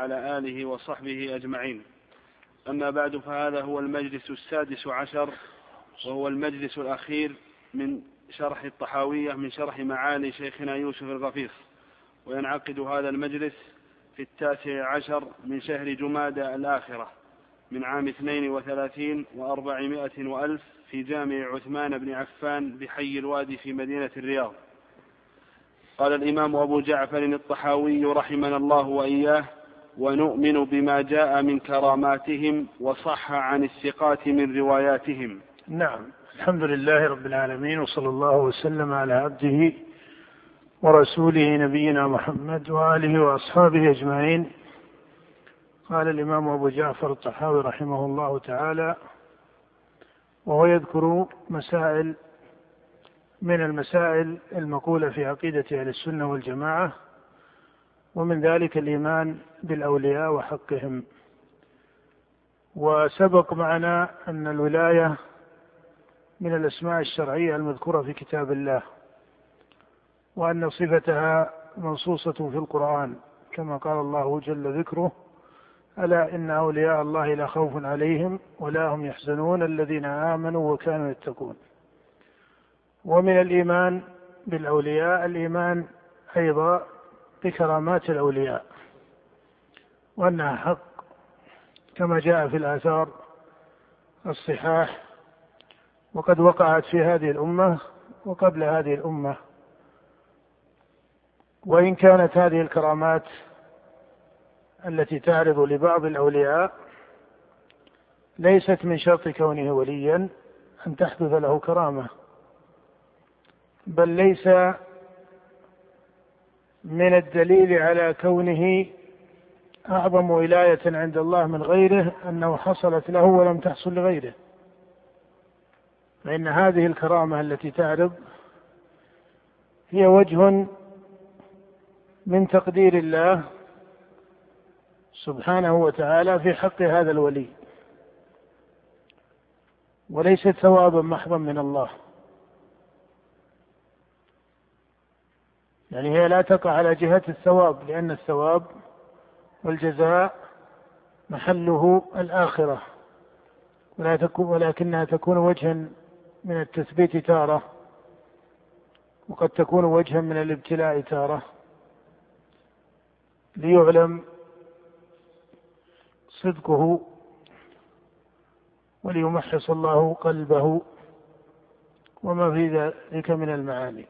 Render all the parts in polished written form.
وعلى آله وصحبه أجمعين. أما بعد، فهذا هو المجلس 16، وهو المجلس الأخير من شرح الطحاوية من شرح معاني شيخنا يوسف الغفيص، وينعقد هذا المجلس في 19 من شهر جمادى الآخرة من عام 32 و400 وألف في جامع عثمان بن عفان بحي الوادي في مدينة الرياض. قال الإمام أبو جعفر الطحاوي رحمنا الله وإياه: ونؤمن بما جاء من كراماتهم وصح عن الثقات من رواياتهم. نعم، الحمد لله رب العالمين، وصلى الله وسلم على عبده ورسوله نبينا محمد وآله وأصحابه أجمعين. قال الإمام أبو جعفر الطحاوي رحمه الله تعالى، وهو يذكر مسائل من المسائل المقولة في عقيدة أهل السنة والجماعة، ومن ذلك الإيمان بالأولياء وحقهم. وسبق معنا أن الولاية من الأسماء الشرعية المذكورة في كتاب الله، وأن صفتها منصوصة في القرآن كما قال الله جل ذكره: ألا إن أولياء الله لا خوف عليهم ولا هم يحزنون الذين آمنوا وكانوا يتقون. ومن الإيمان بالأولياء الإيمان أيضا بكرامات الأولياء، وأنها حق كما جاء في الآثار الصحاح، وقد وقعت في هذه الأمة وقبل هذه الأمة. وإن كانت هذه الكرامات التي تعرض لبعض الأولياء ليست من شرط كونه وليا أن تحدث له كرامة، بل ليس من الدليل على كونه أعظم ولاية عند الله من غيره أنه حصلت له ولم تحصل لغيره، فإن هذه الكرامة التي تعرض هي وجه من تقدير الله سبحانه وتعالى في حق هذا الولي، وليست ثوابا محضا من الله. يعني هي لا تقع على جهة الثواب، لأن الثواب والجزاء محله الآخرة، ولكنها تكون وجها من التثبيت تارة، وقد تكون وجها من الابتلاء تارة، ليعلم صدقه وليمحص الله قلبه وما في ذلك من المعاني.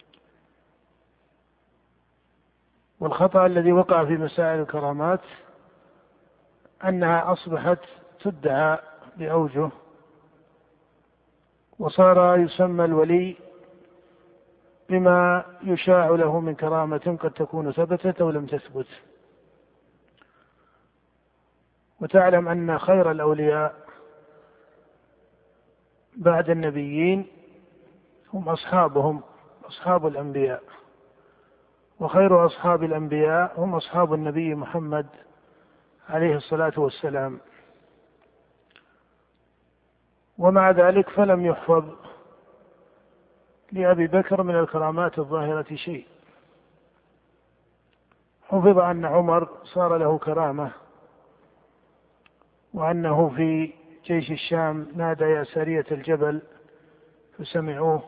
والخطأ الذي وقع في مسائل الكرامات أنها أصبحت تدعى بأوجه، وصار يسمى الولي بما يشاع له من كرامة قد تكون ثبتت أو لم تثبت. وتعلم أن خير الأولياء بعد النبيين هم أصحاب الأنبياء، وخير أصحاب الأنبياء هم أصحاب النبي محمد عليه الصلاة والسلام. ومع ذلك فلم يحفظ لأبي بكر من الكرامات الظاهرة شيء. حفظ أن عمر صار له كرامة، وأنه في جيش الشام نادى يا سارية الجبل فسمعوه،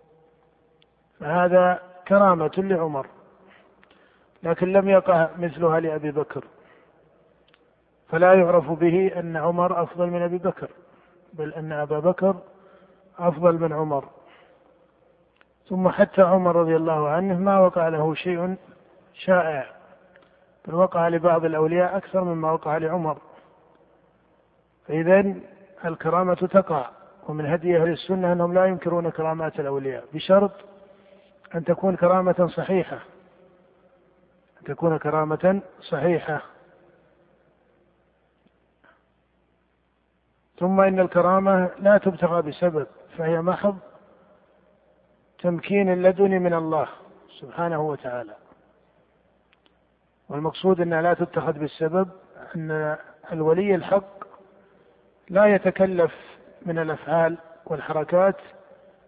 فهذا كرامة لعمر، لكن لم يقع مثلها لأبي بكر، فلا يعرف به أن عمر أفضل من أبي بكر، بل أن أبا بكر أفضل من عمر. ثم حتى عمر رضي الله عنه ما وقع له شيء شائع، بل وقع لبعض الأولياء أكثر مما وقع لعمر. فإذن الكرامة تقع، ومن هدي أهل السنة أنهم لا ينكرون كرامات الأولياء، بشرط أن تكون كرامة صحيحة، أن تكون كرامة صحيحة. ثم إن الكرامة لا تبتغى بسبب، فهي محض تمكين لدني من الله سبحانه وتعالى. والمقصود أنها لا تتخذ بالسبب، أن الولي الحق لا يتكلف من الأفعال والحركات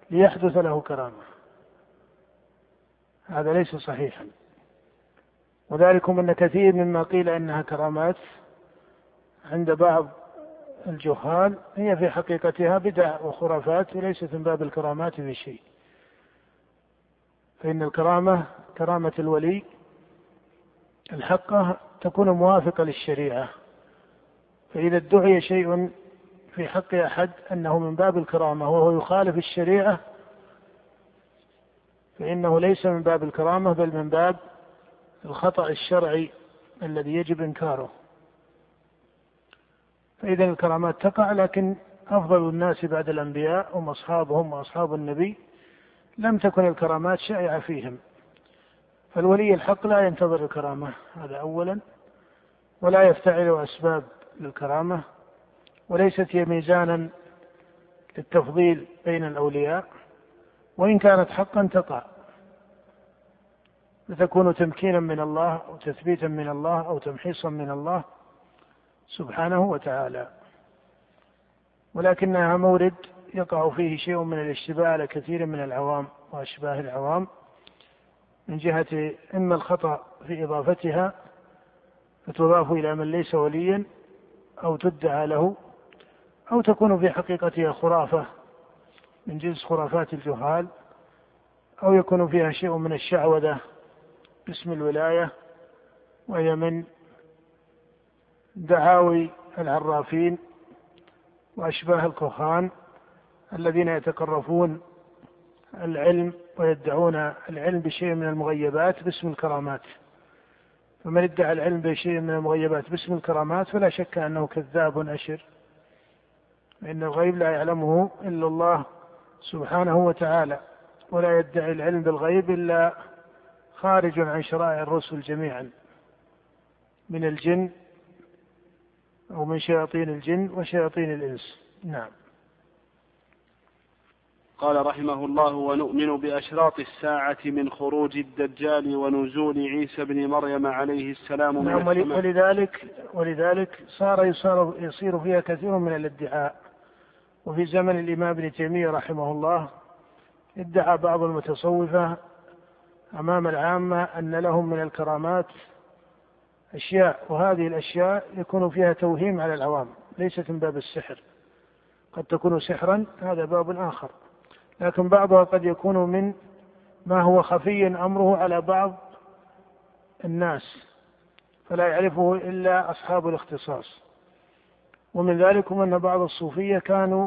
ليحدث له كرامة، هذا ليس صحيحا. وذلكم أن كثير مما قيل أنها كرامات عند بعض الجهال هي في حقيقتها بدع وخرافات وليست من باب الكرامات في شيء. فإن الكرامة كرامة الولي الحقة تكون موافقة للشريعة، فإذا ادعي شيء في حق أحد أنه من باب الكرامة وهو يخالف الشريعة فإنه ليس من باب الكرامة بل من باب الخطأ الشرعي الذي يجب إنكاره. فإذا الكرامات تقع، لكن أفضل الناس بعد الأنبياء هم أصحابهم وأصحاب النبي لم تكن الكرامات شائعة فيهم. فالولي الحق لا ينتظر الكرامة، هذا أولا، ولا يفتعل أسباب للكرامة، وليست هي ميزانا للتفضيل بين الأولياء، وإن كانت حقا تقع فتكون تمكينا من الله أو تثبيتا من الله أو تمحيصا من الله سبحانه وتعالى، ولكنها مورد يقع فيه شيء من الاشتباه على كثير من العوام وأشباه العوام من جهة إما الخطأ في إضافتها فتضاف إلى من ليس وليا أو تدعى له، أو تكون في حقيقتها خرافة من جنس خرافات الجهال، أو يكون فيها شيء من الشعوذة باسم الولاية، وهي من دعاوي العرافين وأشباه الكهان الذين يتقرفون العلم ويدعون العلم بشيء من المغيبات باسم الكرامات. فمن ادعى العلم بشيء من المغيبات باسم الكرامات فلا شك أنه كذاب أشر، لأن الغيب لا يعلمه إلا الله سبحانه وتعالى، ولا يدعي العلم بالغيب إلا خارج عن شرائع الرسل جميعا من الجن أو من شياطين الجن وشياطين الإنس. نعم. قال رحمه الله: ونؤمن بأشراط الساعة من خروج الدجال ونزول عيسى بن مريم عليه السلام من السماء. ولذلك يصير فيها كثير من الادعاء. وفي زمن الإمام ابن تيمية رحمه الله ادعى بعض المتصوفة أمام العامة أن لهم من الكرامات أشياء، وهذه الأشياء يكون فيها توهيم على العوام، ليست من باب السحر، قد تكون سحرا هذا باب آخر، لكن بعضها قد يكون من ما هو خفي أمره على بعض الناس فلا يعرفه إلا أصحاب الاختصاص. ومن ذلك أن بعض الصوفية كانوا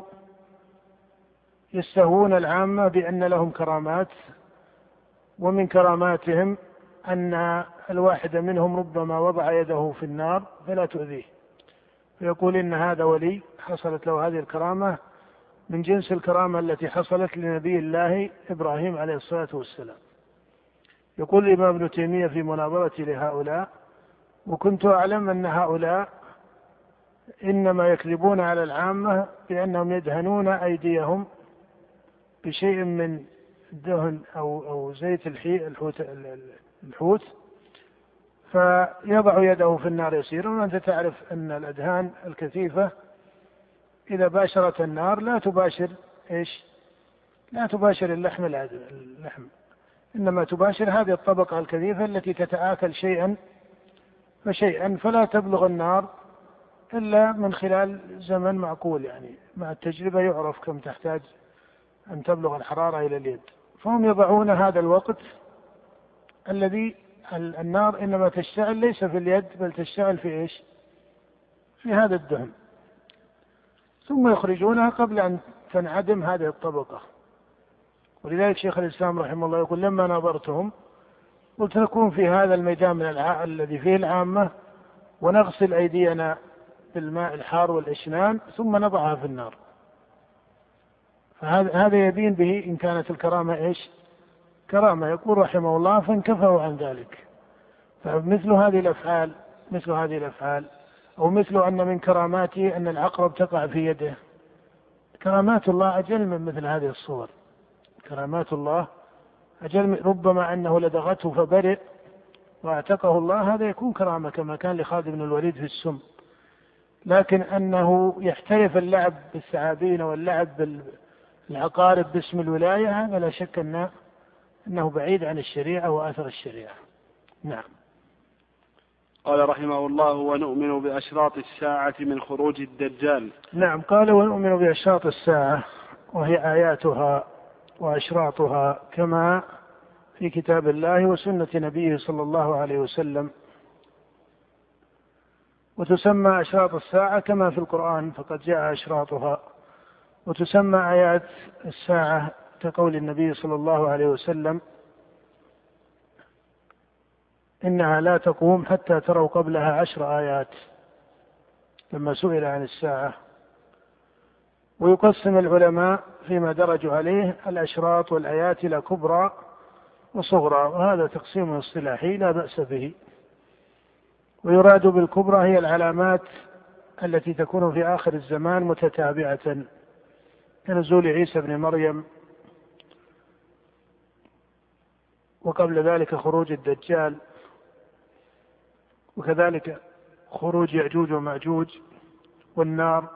يستهون العامة بأن لهم كرامات، ومن كراماتهم أن الواحد منهم ربما وضع يده في النار فلا تؤذيه، فيقول إن هذا ولي حصلت له هذه الكرامة من جنس الكرامة التي حصلت لنبي الله إبراهيم عليه الصلاة والسلام. يقول الإمام ابن تيمية في مناظرة لهؤلاء: وكنت أعلم أن هؤلاء إنما يكذبون على العامة بأنهم يدهنون أيديهم بشيء من الدهن أو زيت الحوت فيضع يده في النار يسير. وأنت تعرف أن الأدهان الكثيفة إذا باشرت النار لا تباشر اللحم، إنما تباشر هذه الطبقة الكثيفة التي تتآكل شيئا فشيئا، فلا تبلغ النار إلا من خلال زمن معقول، يعني مع التجربة يعرف كم تحتاج أن تبلغ الحرارة إلى اليد. فهم يضعون هذا الوقت الذي النار إنما تشتعل ليس في اليد بل تشتعل في في هذا الدهن، ثم يخرجونها قبل أن تنعدم هذه الطبقة. ولذلك شيخ الإسلام رحمه الله يقول: لما نظرتهم قلت نكون في هذا الميدان من الذي فيه العامة ونغسل أيدينا بالماء الحار والإشنان ثم نضعها في النار. فهذا يبين به إن كانت الكرامة كرامة. يقول رحمه الله: فانكفوا عن ذلك. فمثل هذه الأفعال أو مثل أن من كراماته أن العقرب تقع في يده، كرامات الله أجل من مثل هذه الصور. كرامات الله أجل، ربما أنه لدغته فبرئ واعتقه الله، هذا يكون كرامة كما كان لخالد بن الوليد في السم. لكن أنه يحترف اللعب بالثعابين واللعب بالعقارب باسم الولاية، هذا لا شك أنه بعيد عن الشريعة وآثر الشريعة. نعم. قال رحمه الله: ونؤمن بأشراط الساعة من خروج الدجال. نعم، قال ونؤمن بأشراط الساعة، وهي آياتها وأشراطها كما في كتاب الله وسنة نبيه صلى الله عليه وسلم. وتسمى أشراط الساعة كما في القرآن، فقد جاء أشراطها. وتسمى آيات الساعة كقول النبي صلى الله عليه وسلم: إنها لا تقوم حتى تروا قبلها 10 آيات، لما سئل عن الساعة. ويقسم العلماء فيما درجوا عليه الأشراط والآيات إلى كبرى وصغرى، وهذا تقسيم اصطلاحي لا بأس به. ويراد بالكبرى هي العلامات التي تكون في آخر الزمان متتابعة، كنزول عيسى بن مريم، وقبل ذلك خروج الدجال، وكذلك خروج يأجوج ومأجوج والنار.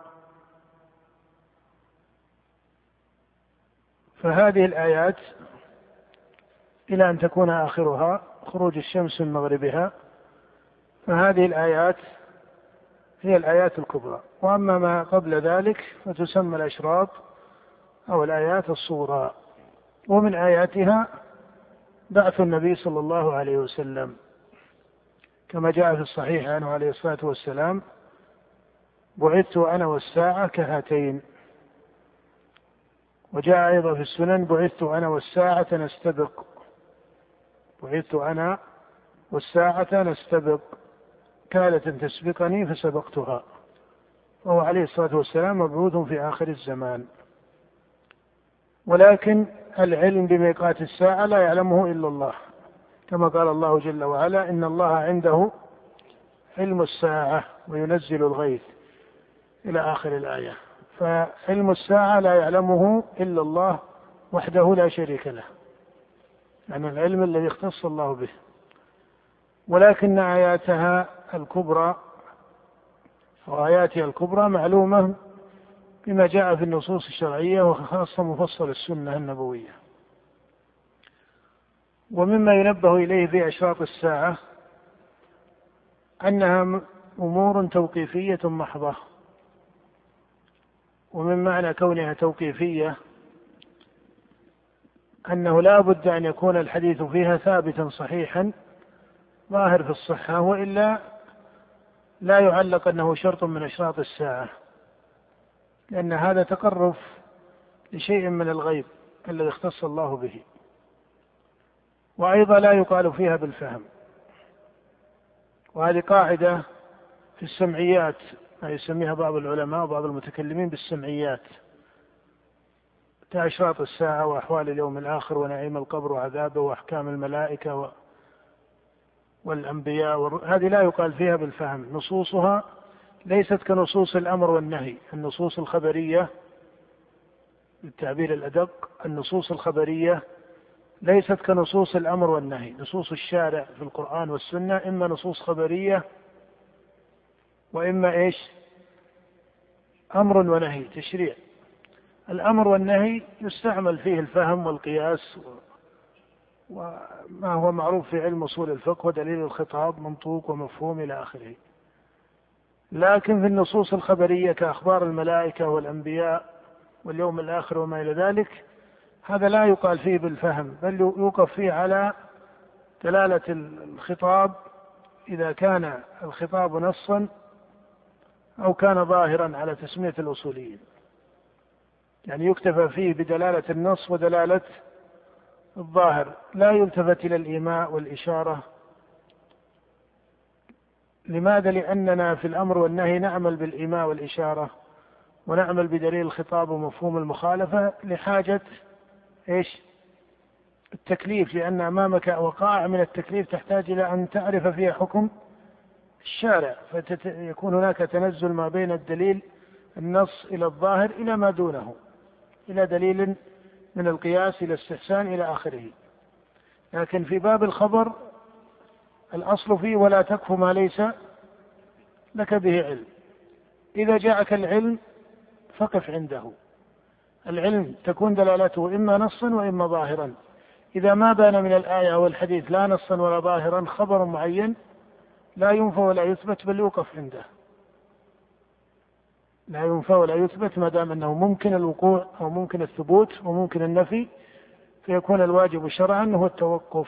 فهذه الآيات إلى أن تكون آخرها خروج الشمس من مغربها، فهذه الآيات هي الآيات الكبرى. وأما ما قبل ذلك فتسمى الأشراط أو الآيات الصغرى. ومن آياتها بعث النبي صلى الله عليه وسلم، كما جاء في الصحيح عنه عليه الصلاة والسلام: بعثت أنا والساعة كهاتين. وجاء أيضا في السنن: بعثت أنا والساعة نستبق. بعثت أنا والساعة نستبق، كادت أن تسبقني فسبقتها. وهو عليه الصلاة والسلام مبعوث في آخر الزمان. ولكن العلم بميقات الساعة لا يعلمه إلا الله، كما قال الله جل وعلا: إن الله عنده علم الساعة وينزل الغيث، إلى آخر الآية. فعلم الساعة لا يعلمه إلا الله وحده لا شريك له، يعني العلم الذي اختص الله به. ولكن آياتها الكبرى وآياتها الكبرى معلومة بما جاء في النصوص الشرعية، وخاصة مفصل السنة النبوية. ومما ينبه إليه في أشراط الساعة أنها أمور توقيفية محضة. ومن معنى كونها توقيفية أنه لا بد أن يكون الحديث فيها ثابتا صحيحا ظاهر في الصحة، وإلا لا يعلق أنه شرط من أشراط الساعة، لأن هذا تقرب لشيء من الغيب الذي اختص الله به. وأيضا لا يقال فيها بالفهم. وهذه قاعدة في السمعيات، ما يسميها بعض العلماء وبعض المتكلمين بالسمعيات، كأشراط الساعة وأحوال اليوم الآخر ونعيم القبر وعذابه وأحكام الملائكة والأنبياء. هذه لا يقال فيها بالفهم. نصوصها ليست كنصوص الأمر والنهي. النصوص الخبرية بالتعبير الأدق، النصوص الخبرية ليست كنصوص الأمر والنهي. نصوص الشارع في القرآن والسنة إما نصوص خبرية وإما أمر ونهي تشريع. الأمر والنهي يستعمل فيه الفهم والقياس وما هو معروف في علم أصول الفقه ودليل الخطاب منطوق ومفهوم إلى آخره. لكن في النصوص الخبرية كأخبار الملائكة والأنبياء واليوم الآخر وما إلى ذلك، هذا لا يقال فيه بالفهم، بل يوقف فيه على دلالة الخطاب، إذا كان الخطاب نصا أو كان ظاهرا على تسمية الأصوليين. يعني يكتفى فيه بدلالة النص ودلالة الظاهر، لا يلتفت إلى الإيماء والإشارة. لماذا؟ لأننا في الأمر والنهي نعمل بالإيماء والإشارة ونعمل بدليل الخطاب ومفهوم المخالفة لحاجة التكليف، لأن أمامك وقائع من التكليف تحتاج إلى أن تعرف فيها حكم الشارع، فيكون هناك تنزل ما بين الدليل النص إلى الظاهر إلى ما دونه، إلى دليل من القياس إلى استحسان إلى آخره. لكن في باب الخبر الأصل فيه: ولا تكف ما ليس لك به علم. إذا جاءك العلم فقف عنده. العلم تكون دلالته إما نصا وإما ظاهرا. إذا ما بان من الآية والحديث لا نصا ولا ظاهرا خبر معين، لا ينفى ولا يثبت بل يوقف عنده، لا ينفى ولا يثبت ما دام أنه ممكن الوقوع أو ممكن الثبوت وممكن النفي، فيكون الواجب شرعا هو التوقف.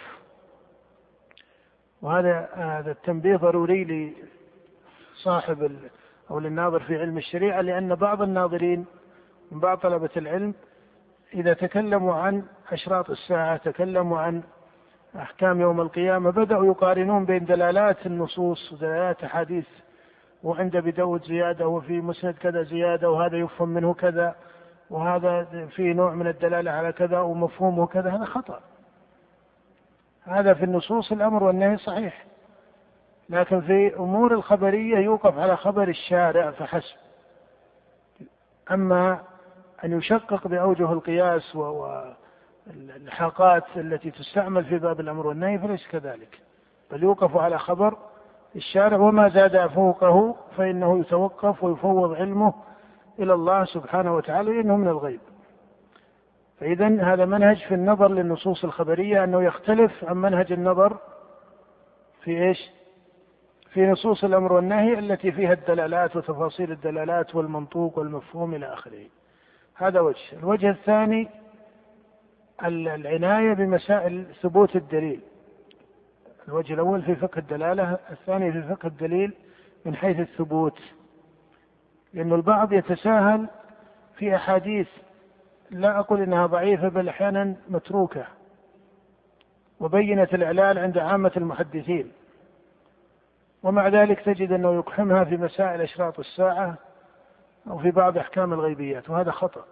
وهذا التنبيه ضروري لصاحب أو للناظر في علم الشريعة، لأن بعض الناظرين من بعض طلبة العلم إذا تكلموا عن أشراط الساعة، تكلموا عن أحكام يوم القيامة، بدأوا يقارنون بين دلالات النصوص ودلالات حديث، وعند أبي داود زيادة وفي مسند كذا زيادة وهذا يفهم منه كذا وهذا فيه نوع من الدلالة على كذا ومفهومه كذا. هذا خطأ. هذا في النصوص الأمر والنهي صحيح، لكن في أمور الخبرية يوقف على خبر الشارع فحسب. أما أن يشقق بأوجه القياس والحاقات التي تستعمل في باب الأمر والنهي فليس كذلك، بل يوقف على خبر الشارع، وما زاد فوقه فإنه يتوقف ويفوض علمه إلى الله سبحانه وتعالى لأنه من الغيب. فإذن هذا منهج في النظر للنصوص الخبرية، أنه يختلف عن منهج النظر في إيش؟ في نصوص الأمر والنهي التي فيها الدلالات وتفاصيل الدلالات والمنطوق والمفهوم إلى آخره. هذا وجه. الوجه الثاني العناية بمسائل ثبوت الدليل. الوجه الأول في فقه الدلالة، الثاني في فقه الدليل من حيث الثبوت، لأن البعض يتساهل في أحاديث لا أقول إنها ضعيفة بل أحيانا متروكة وبينت الإعلال عند عامة المحدثين، ومع ذلك تجد أنه يقحمها في مسائل أشراط الساعة أو في بعض أحكام الغيبيات، وهذا خطأ.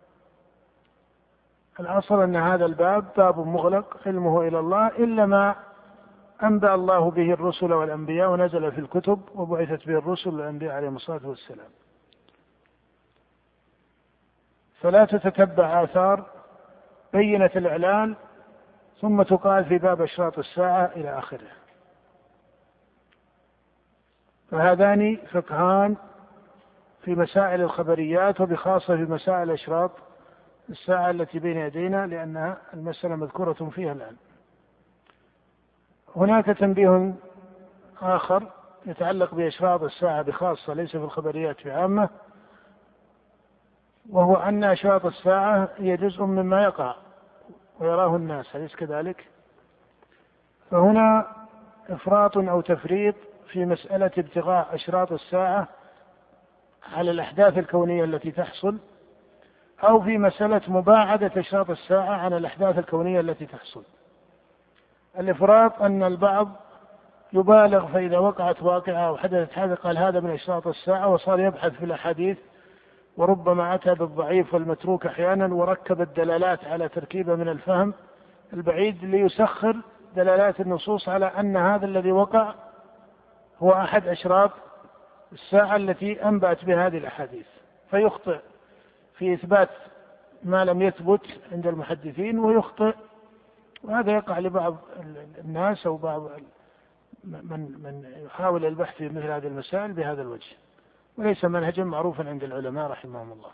الأصل أن هذا الباب باب مغلق علمه إلى الله إلا ما أنبأ الله به الرسل والأنبياء ونزل في الكتب وبعثت به الرسل والأنبياء عليهم الصلاة والسلام. فلا تتتبع آثار بينة الإعلان ثم تقال في باب أشراط الساعة إلى آخره. فهذان فقهان في مسائل الخبريات، وبخاصة في مسائل أشراط الساعة التي بين يدينا، لأن المسألة مذكورة فيها الآن. هناك تنبيه آخر يتعلق بأشراط الساعة بخاصة، ليس في الخبريات بعامة، وهو أن أشراط الساعة هي جزء مما يقع ويراه الناس، أليس كذلك؟ فهنا إفراط أو تفريط في مسألة ابتغاء أشراط الساعة على الأحداث الكونية التي تحصل، أو في مسألة مباعدة أشراط الساعة عن الأحداث الكونية التي تحصل. الإفراط أن البعض يبالغ، فإذا وقعت واقعة أو حدثت حادثة قال هذا من أشراط الساعة، وصار يبحث في الأحاديث وربما أتى بالضعيف والمتروك أحيانا، وركب الدلالات على تركيبة من الفهم البعيد ليسخر دلالات النصوص على أن هذا الذي وقع هو أحد أشراط الساعة التي أنبأت بهذه الأحاديث، فيخطئ في إثبات ما لم يثبت عند المحدثين ويخطئ. وهذا يقع لبعض الناس أو بعض من يحاول البحث في مثل هذه المسائل بهذا الوجه، وليس منهجا معروفا عند العلماء رحمهم الله.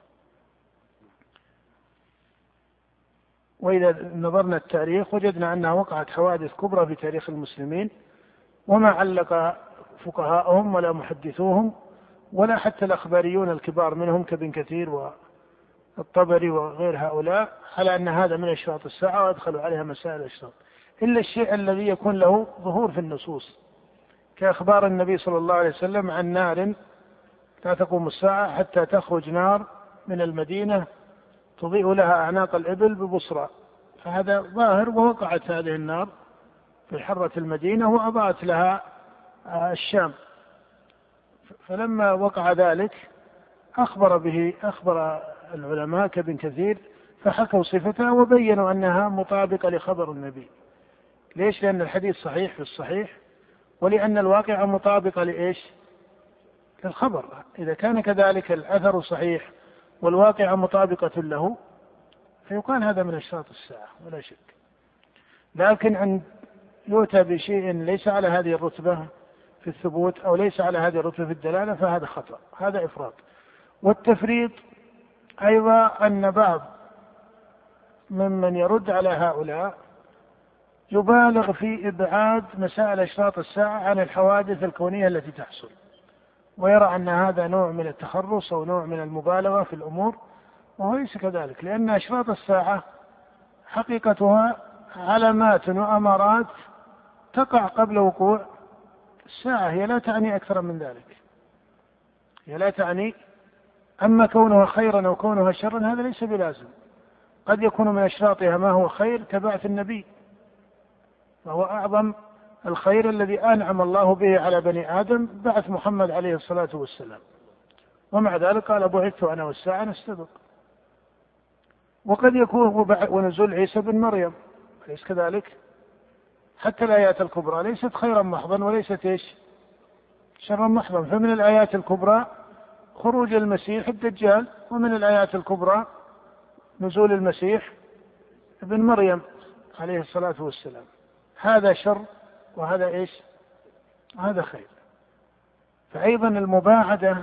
وإذا نظرنا التاريخ وجدنا أنها وقعت حوادث كبرى في تاريخ المسلمين، وما علق فقهاءهم ولا محدثوهم ولا حتى الأخباريون الكبار منهم كابن كثير والطبري وغير هؤلاء على أن هذا من أشراط الساعة وأدخلوا عليها مسائل الأشراط، إلا الشيء الذي يكون له ظهور في النصوص، كأخبار النبي صلى الله عليه وسلم عن نار لا تقوم الساعة حتى تخرج نار من المدينة تضيء لها أعناق الإبل ببصرى، فهذا ظاهر، ووقعت هذه النار في حرة المدينة وأضاءت لها الشام. فلما وقع ذلك أخبر العلماء كابن كثير فحكوا صفتها وبينوا أنها مطابقة لخبر النبي. ليش؟ لأن الحديث صحيح في الصحيح، ولأن الواقع مطابقة لإيش؟ للخبر. إذا كان كذلك الأثر صحيح والواقع مطابقة له فيقال هذا من أشراط الساعة ولا شك. لكن أن يؤتى بشيء ليس على هذه الرتبة في الثبوت أو ليس على هذه الرتبة في الدلالة فهذا خطأ، هذا إفراط. والتفريط أيضا أن بعض ممن يرد على هؤلاء يبالغ في إبعاد مسائل أشراط الساعة عن الحوادث الكونية التي تحصل، ويرى أن هذا نوع من التخرص أو نوع من المبالغة في الأمور، وهو ليس كذلك، لأن أشراط الساعة حقيقتها علامات وأمارات تقع قبل وقوع الساعة، هي لا تعني أكثر من ذلك، هي لا تعني. أما كونها خيرا أو كونها شرا هذا ليس بلازم، قد يكون من أشراطها ما هو خير كبعث النبي، وهو أعظم الخير الذي أنعم الله به على بني آدم، بعث محمد عليه الصلاة والسلام، ومع ذلك قال بعثت أنا والساعة نستبق. وقد يكون ونزول عيسى بن مريم أليس كذلك؟ حتى الآيات الكبرى ليست خيرا محضا وليست شرا محضا. فمن الآيات الكبرى خروج المسيح الدجال، ومن الآيات الكبرى نزول المسيح ابن مريم عليه الصلاة والسلام. هذا شر وهذا هذا خير. فأيضا المباعدة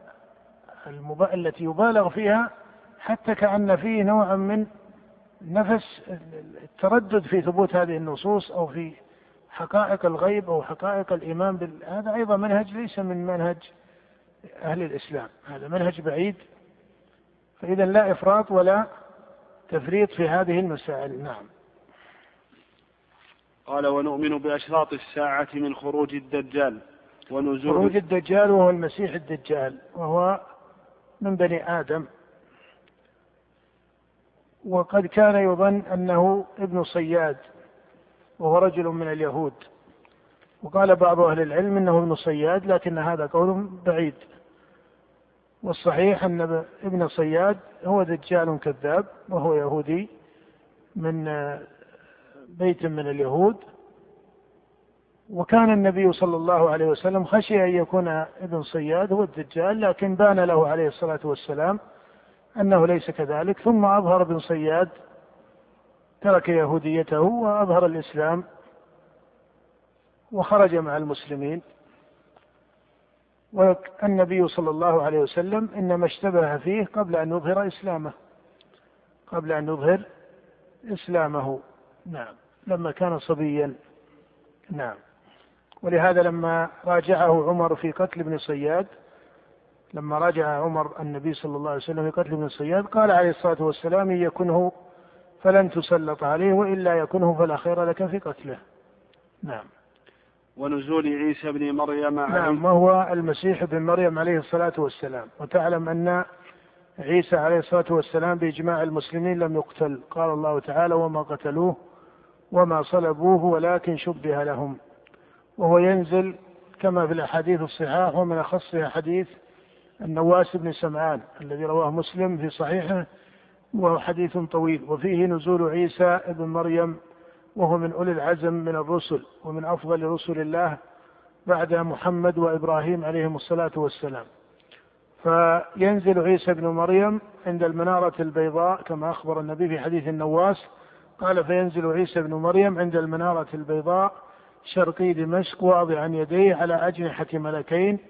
التي يبالغ فيها حتى كأن فيه نوع من نفس التردد في ثبوت هذه النصوص أو في حقائق الغيب أو حقائق الإيمان هذا أيضا منهج ليس من منهج أهل الإسلام، هذا منهج بعيد. فإذا لا إفراط ولا تفريط في هذه المسائل. نعم. قال ونؤمن بأشراط الساعة من خروج الدجال ونزول خروج الدجال، وهو المسيح الدجال، وهو من بني آدم، وقد كان يظن أنه ابن صياد وهو رجل من اليهود، وقال بعض أهل العلم أنه ابن صياد، لكن هذا قول بعيد، والصحيح أن ابن صياد هو دجال كذاب وهو يهودي من بيت من اليهود. وكان النبي صلى الله عليه وسلم خشي أن يكون ابن صياد هو الدجال، لكن بان له عليه الصلاة والسلام أنه ليس كذلك، ثم أظهر ابن صياد، ترك يهوديته وأظهر الإسلام وخرج مع المسلمين. والنبي صلى الله عليه وسلم إنما اشتبه فيه قبل أن يظهر إسلامه. نعم، لما كان صبيا. نعم. ولهذا لما راجعه عمر في قتل ابن صياد، لما راجع عمر النبي صلى الله عليه وسلم في قتل ابن صياد، قال عليه الصلاة والسلام: إن يكنه فلن تسلط عليه، وإلا يكنه فلا خير لك في قتله. نعم. ونزول عيسى بن مريم عليه. نعم، وهو المسيح بن مريم عليه الصلاة والسلام. وتعلم أن عيسى عليه الصلاة والسلام بإجماع المسلمين لم يقتل، قال الله تعالى: وما قتلوه وما صلبوه ولكن شبه لهم. وهو ينزل كما في الأحاديث الصحاح، ومن أخصها حديث النواس بن سمعان الذي رواه مسلم في صحيحه، وهو حديث طويل، وفيه نزول عيسى بن مريم، وهو من أولي العزم من الرسل، ومن أفضل رسل الله بعد محمد وإبراهيم عليهم الصلاة والسلام. فينزل عيسى بن مريم عند المنارة البيضاء كما أخبر النبي في حديث النواس، قال: فينزل عيسى بن مريم عند المنارة البيضاء شرقي دمشق واضعا يديه على أجنحة ملكين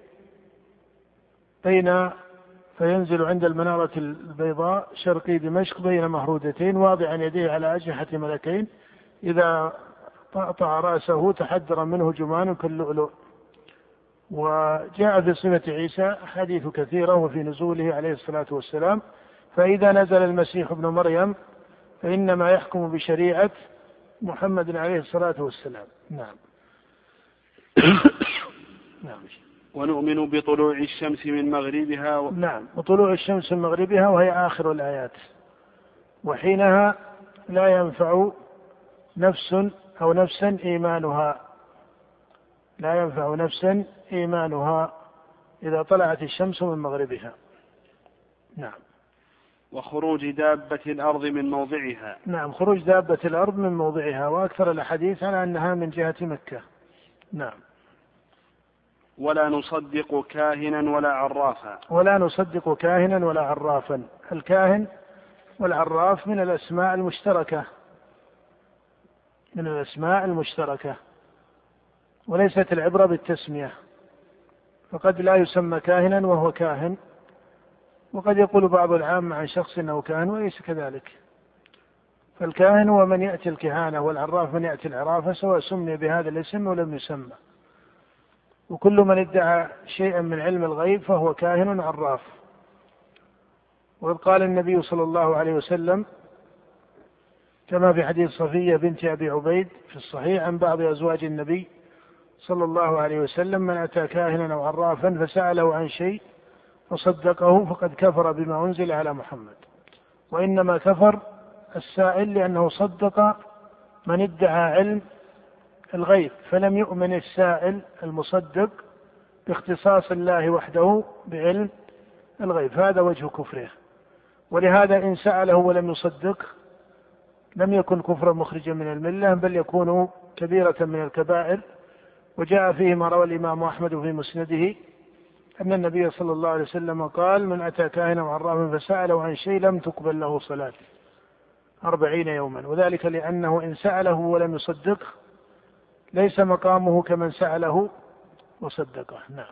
فينزل عند المنارة البيضاء شرقي دمشق بين مهرودتين واضعا يديه على أجنحة ملكين، إذا طأطأ رأسه تحدر منه جمان كاللؤلؤ. وجاء في صفة عيسى حديث كثيرة وفي نزوله عليه الصلاة والسلام. فإذا نزل المسيح ابن مريم فإنما يحكم بشريعة محمد عليه الصلاة والسلام. نعم. نعم. ونؤمن بطلوع الشمس من مغربها. نعم، وطلوع الشمس من مغربها، وهي آخر الآيات، وحينها لا ينفع نفسا إيمانها، لا ينفع نفسا إيمانها إذا طلعت الشمس من مغربها. نعم. وخروج دابة الأرض من موضعها. نعم، خروج دابة الأرض من موضعها، وأكثر الحديث على أنها من جهة مكة. نعم. ولا نصدق كاهنا ولا عرافا. ولا نصدق كاهنا ولا عرافا. الكاهن والعراف من الأسماء المشتركة، وليست العبرة بالتسمية، فقد لا يسمى كاهنا وهو كاهن، وقد يقول بعض العامة عن شخص أنه كاهن وليس كذلك. فالكاهن هو من يأتي الكهانة، والعراف من يأتي العرافة، سواء سمي بهذا الاسم ولم يسمى. وكل من ادعى شيئا من علم الغيب فهو كاهن عراف. وقد قال النبي صلى الله عليه وسلم كما في حديث صفية بنت أبي عبيد في الصحيح عن بعض أزواج النبي صلى الله عليه وسلم: من أتى كاهنا أو عرافا فسأله عن شيء فصدقه فقد كفر بما أنزل على محمد. وإنما كفر السائل لأنه صدق من ادعى علم الغيب، فلم يؤمن السائل المصدق باختصاص الله وحده بعلم الغيب، هذا وجه كفره. ولهذا إن سأله ولم يصدق لم يكن كفرا مخرجا من الملة، بل يكون كبيرة من الكبائر. وجاء فيه ما روى الإمام أحمد في مسنده أن النبي صلى الله عليه وسلم قال: من أتى كاهنا وعرافا فسأله عن شيء لم تقبل له صلاة 40 يوما. وذلك لأنه إن سأله ولم يصدق ليس مقامه كمن سأله وصدقه. نعم.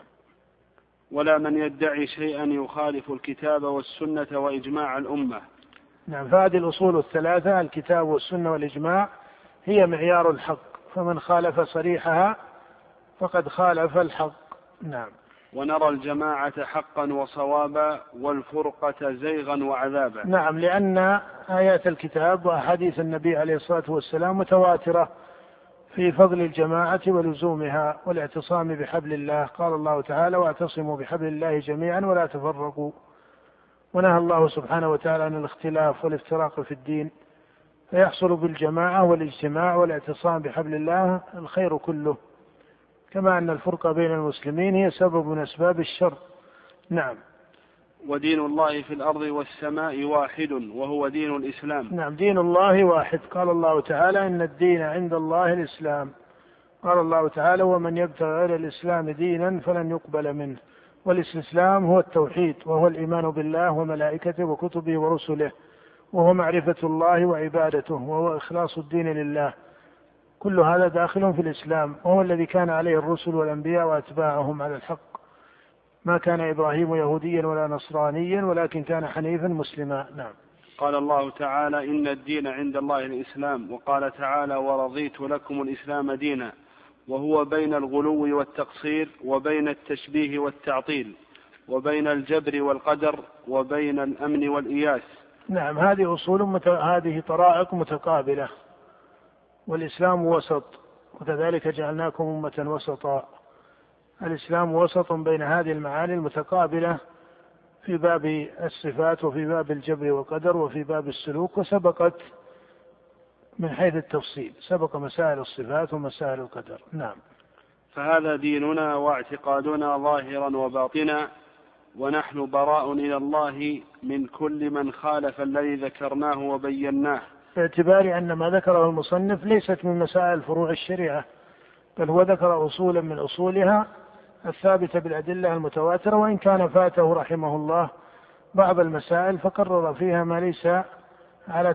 ولا من يدعي شيئا يخالف الكتاب والسنة وإجماع الأمة. نعم. فهذه الأصول الثلاثة: الكتاب والسنة والإجماع هي معيار الحق، فمن خالف صريحها فقد خالف الحق. نعم. ونرى الجماعة حقا وصوابا والفرقة زيغا وعذابا. نعم، لأن آيات الكتاب وأحاديث النبي عليه الصلاة والسلام متواترة في فضل الجماعة ولزومها والاعتصام بحبل الله. قال الله تعالى: واعتصموا بحبل الله جميعا ولا تفرقوا. ونهى الله سبحانه وتعالى عن الاختلاف والافتراق في الدين، فيحصل بالجماعة والاجتماع والاعتصام بحبل الله الخير كله، كما أن الفرقة بين المسلمين هي سبب من أسباب الشر. نعم. ودين الله في الأرض والسماء واحد وهو دين الإسلام. نعم، دين الله واحد. قال الله تعالى: إن الدين عند الله الإسلام. قال الله تعالى: ومن يبتغي غير الإسلام دينا فلن يقبل منه. والاستسلام هو التوحيد، وهو الإيمان بالله وملائكته وكتبه ورسله، وهو معرفة الله وعبادته، وهو إخلاص الدين لله. كل هذا داخل في الإسلام، وهو الذي كان عليه الرسل والأنبياء وأتباعهم على الحق. ما كان إبراهيم يهوديا ولا نصرانيا ولكن كان حنيفا مسلما. نعم. قال الله تعالى: إن الدين عند الله الإسلام. وقال تعالى: ورضيت لكم الإسلام دينا. وهو بين الغلو والتقصير، وبين التشبيه والتعطيل، وبين الجبر والقدر، وبين الأمن والإياس. نعم، هذه أصول هذه طرائق متقابلة، والإسلام وسط، وكذلك جعلناكم أمة وسطا. الإسلام وسط بين هذه المعاني المتقابلة في باب الصفات وفي باب الجبر والقدر وفي باب السلوك، وسبقت من حيث التفصيل، سبق مسائل الصفات ومسائل القدر. نعم. فهذا ديننا واعتقادنا ظاهرا وباطنا، ونحن براء إلى الله من كل من خالف الذي ذكرناه وبيناه، باعتبار أن ما ذكره المصنف ليست من مسائل فروع الشريعة، بل هو ذكر أصولا من أصولها الثابتة بالأدلة المتواترة، وإن كان فاته رحمه الله بعض المسائل فقرر فيها ما ليس على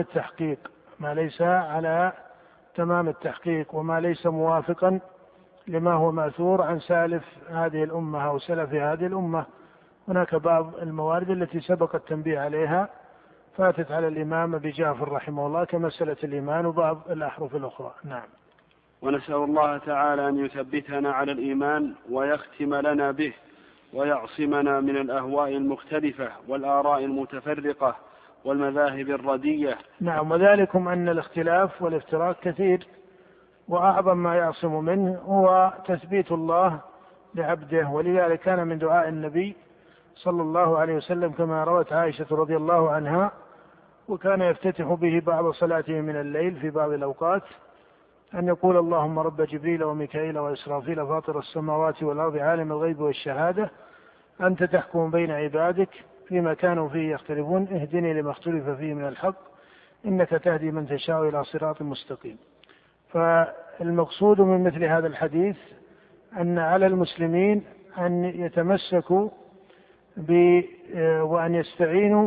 تمام التحقيق وما ليس موافقا لما هو مأثور عن سالف هذه الأمة أو سلف هذه الأمة. هناك بعض الموارد التي سبق التنبيه عليها فاتت على الإمام أبي جعفر رحمه الله كمسألة الإيمان وبعض الأحرف الأخرى. نعم. ونسأل الله تعالى أن يثبتنا على الإيمان ويختم لنا به، ويعصمنا من الأهواء المختلفة والآراء المتفرقة والمذاهب الردية. نعم. وذلكم أن الاختلاف والافتراق كثير، وأعظم ما يعصم منه هو تثبيت الله لعبده. ولذلك كان من دعاء النبي صلى الله عليه وسلم كما روت عائشة رضي الله عنها، وكان يفتتح به بعض صلاته من الليل في بعض الأوقات، أن يقول: اللهم رب جبريل وميكائيل وإسرافيل فاطر السماوات والأرض عالم الغيب والشهادة أنت تحكم بين عبادك فيما كانوا فيه يختلفون اهدني لما اختلف فيه من الحق إنك تهدي من تشاء إلى صراط مستقيم. فالمقصود من مثل هذا الحديث أن على المسلمين أن يتمسكوا وأن يستعينوا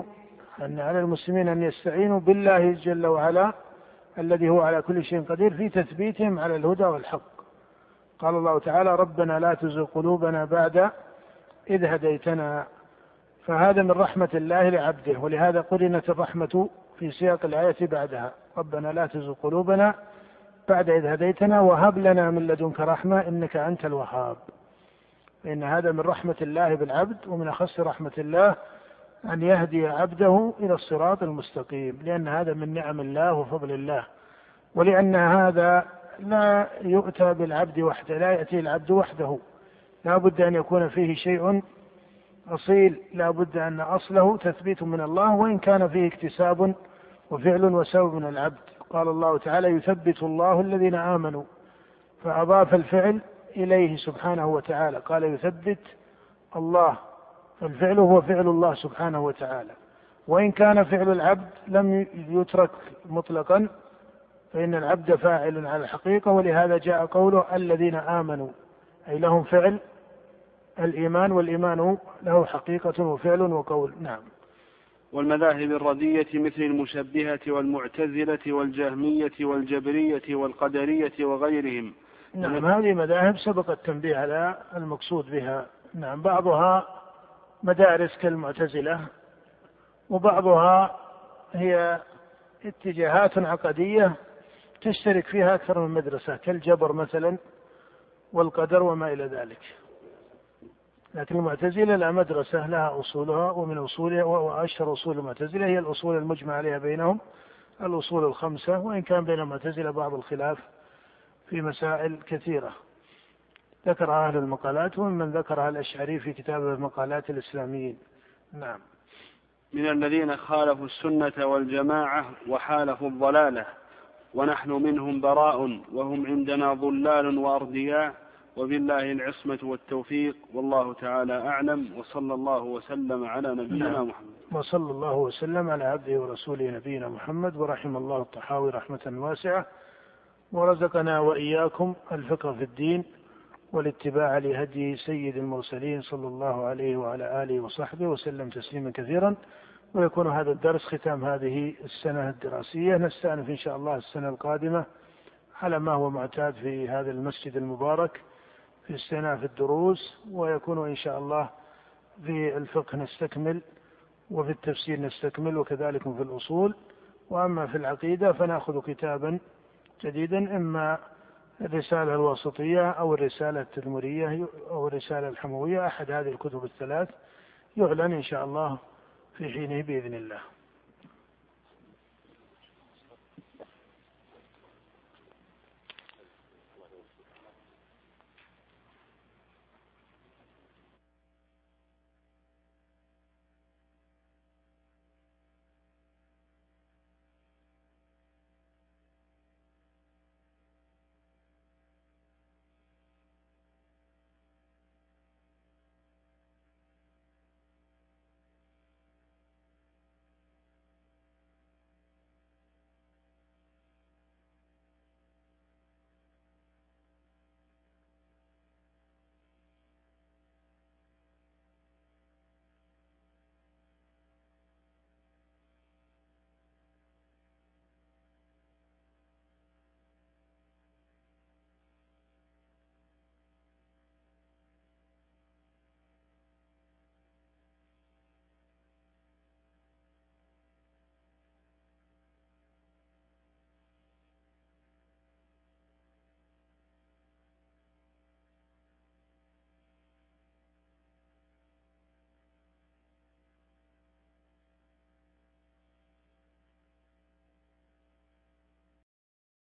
بالله جل وعلا الذي هو على كل شيء قدير في تثبيتهم على الهدى والحق. قال الله تعالى: ربنا لا تزغ قلوبنا بعد إذ هديتنا. فهذا من رحمة الله لعبده، ولهذا قرنت الرحمة في سياق الآية بعدها: ربنا لا تزغ قلوبنا بعد إذ هديتنا وهب لنا من لدنك رحمة إنك أنت الوهاب. فإن هذا من رحمة الله بالعبد، ومن أخص رحمة الله أن يهدي عبده إلى الصراط المستقيم، لأن هذا من نعم الله وفضل الله، ولأن هذا لا يؤتى بالعبد وحده، لا يأتي العبد وحده، لا بد أن يكون فيه شيء أصيل، لا بد أن أصله تثبيت من الله، وإن كان فيه اكتساب وفعل وسبب من العبد. قال الله تعالى: يثبت الله الذين آمنوا، فأضاف الفعل إليه سبحانه وتعالى، قال يثبت الله، فالفعل هو فعل الله سبحانه وتعالى، وإن كان فعل العبد لم يترك مطلقا، فإن العبد فاعل على الحقيقة، ولهذا جاء قوله الذين آمنوا، أي لهم فعل الإيمان، والإيمان له حقيقة وفعل وقول. نعم. والمذاهب الردية مثل المشبهة والمعتزلة والجهمية والجبرية والقدرية وغيرهم. نعم، هذه مذاهب سبق التنبيه على المقصود بها. نعم، بعضها مدارس كالمعتزلة، وبعضها هي اتجاهات عقدية تشترك فيها أكثر من مدرسة، كالجبر مثلا والقدر وما إلى ذلك. لكن المعتزلة لا مدرسة لها أصولها، ومن أصولها وأشهر أصول المعتزلة هي الأصول المجمع عليها بينهم، الأصول الخمسة، وإن كان بين المعتزلة بعض الخلاف في مسائل كثيرة ذكرها أهل المقالات، ومن ذكرها الأشعري في كتابه مقالات الإسلاميين. نعم. من الذين خالفوا السنة والجماعة وحالفوا الضلالة، ونحن منهم براء، وهم عندنا ضلال وأردياء، وبالله العصمة والتوفيق، والله تعالى أعلم، وصلى الله وسلم على نبينا محمد. وصلى الله وسلم على عبده ورسوله نبينا محمد. ورحم الله الطحاوي رحمة واسعة، ورزقنا وإياكم الفقه في الدين والاتباع لهدي سيد المرسلين صلى الله عليه وعلى آله وصحبه وسلم تسليما كثيرا. ويكون هذا الدرس ختام هذه السنة الدراسية. نستأنف إن شاء الله السنة القادمة على ما هو معتاد في هذا المسجد المبارك في استئناف الدروس، ويكون إن شاء الله في الفقه نستكمل، وفي التفسير نستكمل، وكذلك في الأصول. وأما في العقيدة فنأخذ كتابا جديدا، إما الرسالة الواسطية أو الرسالة التدمرية أو الرسالة الحموية، أحد هذه الكتب الثلاث، يعلن إن شاء الله في حينه بإذن الله.